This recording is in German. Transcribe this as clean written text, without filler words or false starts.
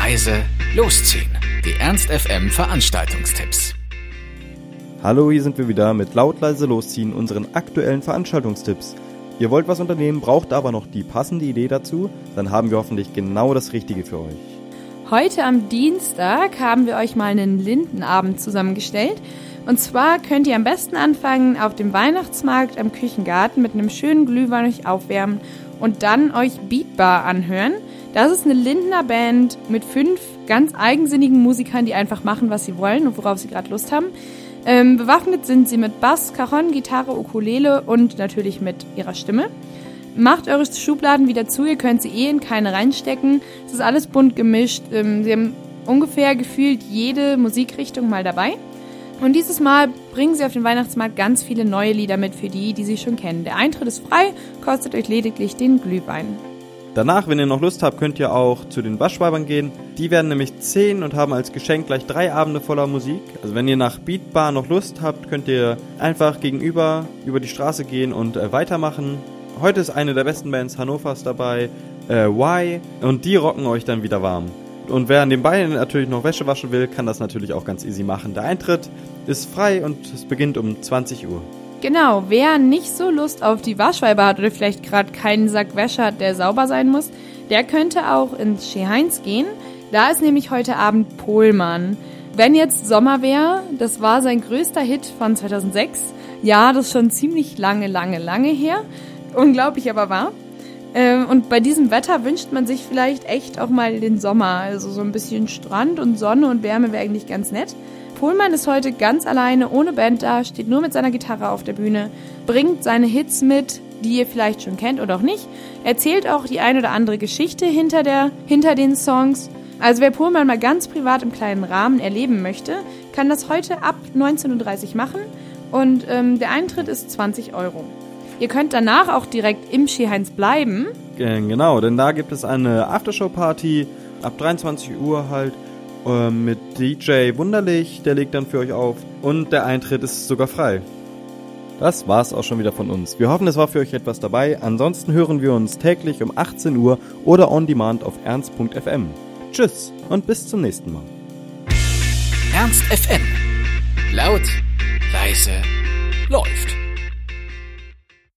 leise, losziehen. Die Ernst FM Veranstaltungstipps. Hallo, hier sind wir wieder mit laut, leise, losziehen, unseren aktuellen Veranstaltungstipps. Ihr wollt was unternehmen, braucht aber noch die passende Idee dazu, dann haben wir hoffentlich genau das Richtige für euch. Heute am Dienstag haben wir euch mal einen Lindenabend zusammengestellt. Und zwar könnt ihr am besten anfangen, auf dem Weihnachtsmarkt am Küchengarten mit einem schönen Glühwein euch aufwärmen und dann euch Beatbar anhören. Das ist eine Lindener Band mit 5 ganz eigensinnigen Musikern, die einfach machen, was sie wollen und worauf sie gerade Lust haben. Bewaffnet sind sie mit Bass, Cajon, Gitarre, Ukulele und natürlich mit ihrer Stimme. Macht eure Schubladen wieder zu, ihr könnt sie in keine reinstecken. Es ist alles bunt gemischt. Sie haben ungefähr gefühlt jede Musikrichtung mal dabei. Und dieses Mal bringen sie auf den Weihnachtsmarkt ganz viele neue Lieder mit für die sie schon kennen. Der Eintritt ist frei, kostet euch lediglich den Glühwein. Danach, wenn ihr noch Lust habt, könnt ihr auch zu den Waschweibern gehen. Die werden nämlich 10 und haben als Geschenk gleich 3 Abende voller Musik. Also wenn ihr nach Beatbar noch Lust habt, könnt ihr einfach gegenüber über die Straße gehen und weitermachen. Heute ist eine der besten Bands Hannovers dabei, Y, und die rocken euch dann wieder warm. Und wer nebenbei natürlich noch Wäsche waschen will, kann das natürlich auch ganz easy machen. Der Eintritt ist frei und es beginnt um 20 Uhr. Genau, wer nicht so Lust auf die Waschweiber hat oder vielleicht gerade keinen Sack Wäsche hat, der sauber sein muss, der könnte auch ins Chez gehen. Da ist nämlich heute Abend Pohlmann. Wenn jetzt Sommer wäre, das war sein größter Hit von 2006. Ja, das ist schon ziemlich lange her. Unglaublich aber wahr. Und bei diesem Wetter wünscht man sich vielleicht echt auch mal den Sommer. Also so ein bisschen Strand und Sonne und Wärme wäre eigentlich ganz nett. Pohlmann ist heute ganz alleine, ohne Band da, steht nur mit seiner Gitarre auf der Bühne, bringt seine Hits mit, die ihr vielleicht schon kennt oder auch nicht, erzählt auch die ein oder andere Geschichte hinter den Songs. Also wer Pohlmann mal ganz privat im kleinen Rahmen erleben möchte, kann das heute ab 19:30 Uhr machen und der Eintritt ist 20 Euro. Ihr könnt danach auch direkt im Chez bleiben. Genau, denn da gibt es eine Aftershow-Party ab 23 Uhr halt. Mit DJ Wunderlich, der legt dann für euch auf und der Eintritt ist sogar frei. Das war's auch schon wieder von uns. Wir hoffen, es war für euch etwas dabei. Ansonsten hören wir uns täglich um 18 Uhr oder on demand auf ernst.fm. Tschüss und bis zum nächsten Mal. Ernst FM. Laut, leise, läuft.